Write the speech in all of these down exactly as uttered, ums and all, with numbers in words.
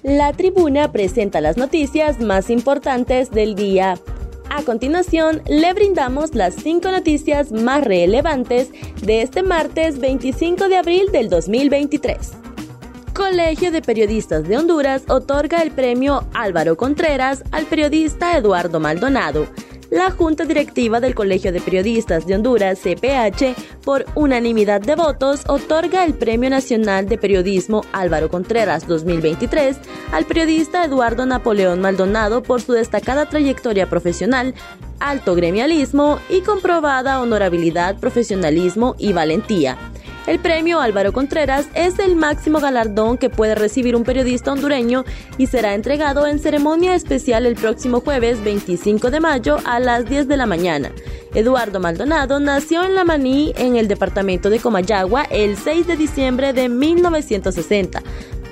La Tribuna presenta las noticias más importantes del día. A continuación, le brindamos las cinco noticias más relevantes de este martes veinticinco de abril del dos mil veintitrés. Colegio de Periodistas de Honduras otorga el premio Álvaro Contreras al periodista Eduardo Maldonado. La Junta Directiva del Colegio de Periodistas de Honduras, C P H, por unanimidad de votos, otorga el Premio Nacional de Periodismo Álvaro Contreras dos mil veintitrés al periodista Eduardo Napoleón Maldonado por su destacada trayectoria profesional, alto gremialismo y comprobada honorabilidad, profesionalismo y valentía. El premio Álvaro Contreras es el máximo galardón que puede recibir un periodista hondureño y será entregado en ceremonia especial el próximo jueves veinticinco de mayo a las diez de la mañana. Eduardo Maldonado nació en La Maní, en el departamento de Comayagua, el seis de diciembre de mil novecientos sesenta.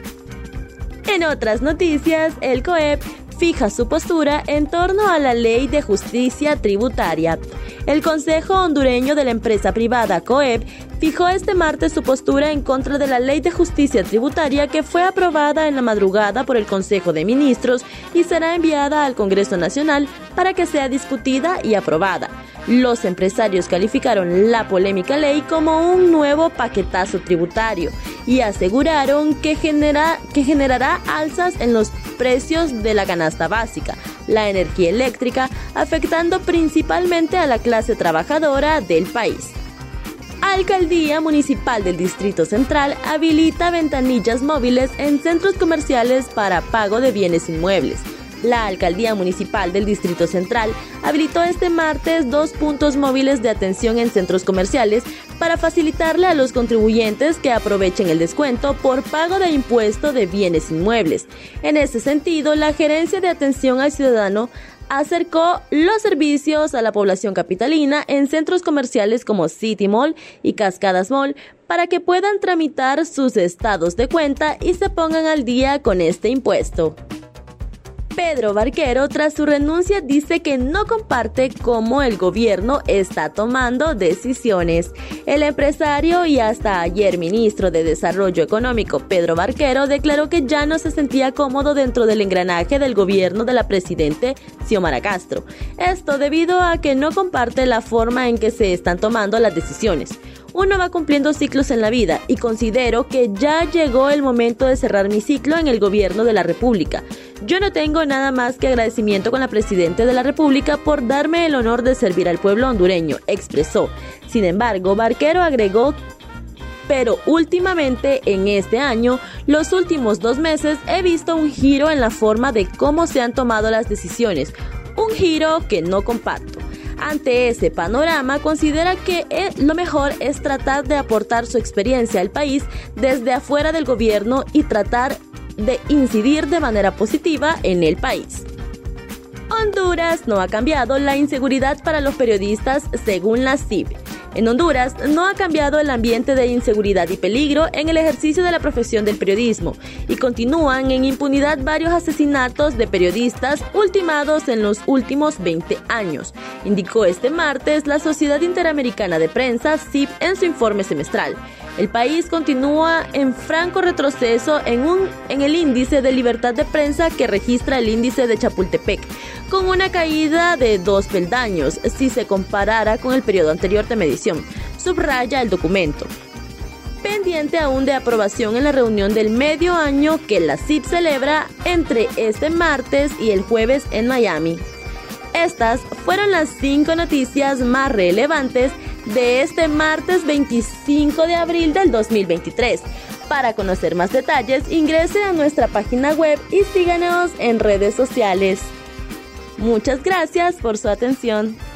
En otras noticias, el C O E P fija su postura en torno a la Ley de Justicia Tributaria. El Consejo Hondureño de la Empresa Privada C O E P fijó este martes su postura en contra de la Ley de Justicia Tributaria que fue aprobada en la madrugada por el Consejo de Ministros y será enviada al Congreso Nacional para que sea discutida y aprobada. Los empresarios calificaron la polémica ley como un nuevo paquetazo tributario y aseguraron que, genera, que generará alzas en los precios de la canasta básica, la energía eléctrica, afectando principalmente a la clase trabajadora del país. Alcaldía Municipal del Distrito Central habilita ventanillas móviles en centros comerciales para pago de bienes inmuebles. La Alcaldía Municipal del Distrito Central habilitó este martes dos puntos móviles de atención en centros comerciales para facilitarle a los contribuyentes que aprovechen el descuento por pago de impuesto de bienes inmuebles. En ese sentido, la Gerencia de Atención al Ciudadano acercó los servicios a la población capitalina en centros comerciales como City Mall y Cascadas Mall para que puedan tramitar sus estados de cuenta y se pongan al día con este impuesto. Pedro Barquero, tras su renuncia, dice que no comparte cómo el gobierno está tomando decisiones. El empresario y hasta ayer ministro de Desarrollo Económico, Pedro Barquero, declaró que ya no se sentía cómodo dentro del engranaje del gobierno de la presidente Xiomara Castro. Esto debido a que no comparte la forma en que se están tomando las decisiones. Uno va cumpliendo ciclos en la vida y considero que ya llegó el momento de cerrar mi ciclo en el gobierno de la República. Yo no tengo nada más que agradecimiento con la Presidenta de la República por darme el honor de servir al pueblo hondureño, expresó. Sin embargo, Barquero agregó, pero últimamente en este año, los últimos dos meses, he visto un giro en la forma de cómo se han tomado las decisiones, un giro que no comparto. Ante ese panorama, considera que lo mejor es tratar de aportar su experiencia al país desde afuera del gobierno y tratar de incidir de manera positiva en el país. Honduras no ha cambiado la inseguridad para los periodistas según la C I B. En Honduras no ha cambiado el ambiente de inseguridad y peligro en el ejercicio de la profesión del periodismo y continúan en impunidad varios asesinatos de periodistas ultimados en los últimos veinte años, indicó este martes la Sociedad Interamericana de Prensa, S I P, en su informe semestral. El país continúa en franco retroceso en, un, en el índice de libertad de prensa que registra el índice de Chapultepec, con una caída de dos peldaños si se comparara con el periodo anterior de medición, subraya el documento. Pendiente aún de aprobación en la reunión del medio año que la S I P celebra entre este martes y el jueves en Miami. Estas fueron las cinco noticias más relevantes de este martes veinticinco de abril del dos mil veintitrés. Para conocer más detalles, ingrese a nuestra página web y síganos en redes sociales. Muchas gracias por su atención.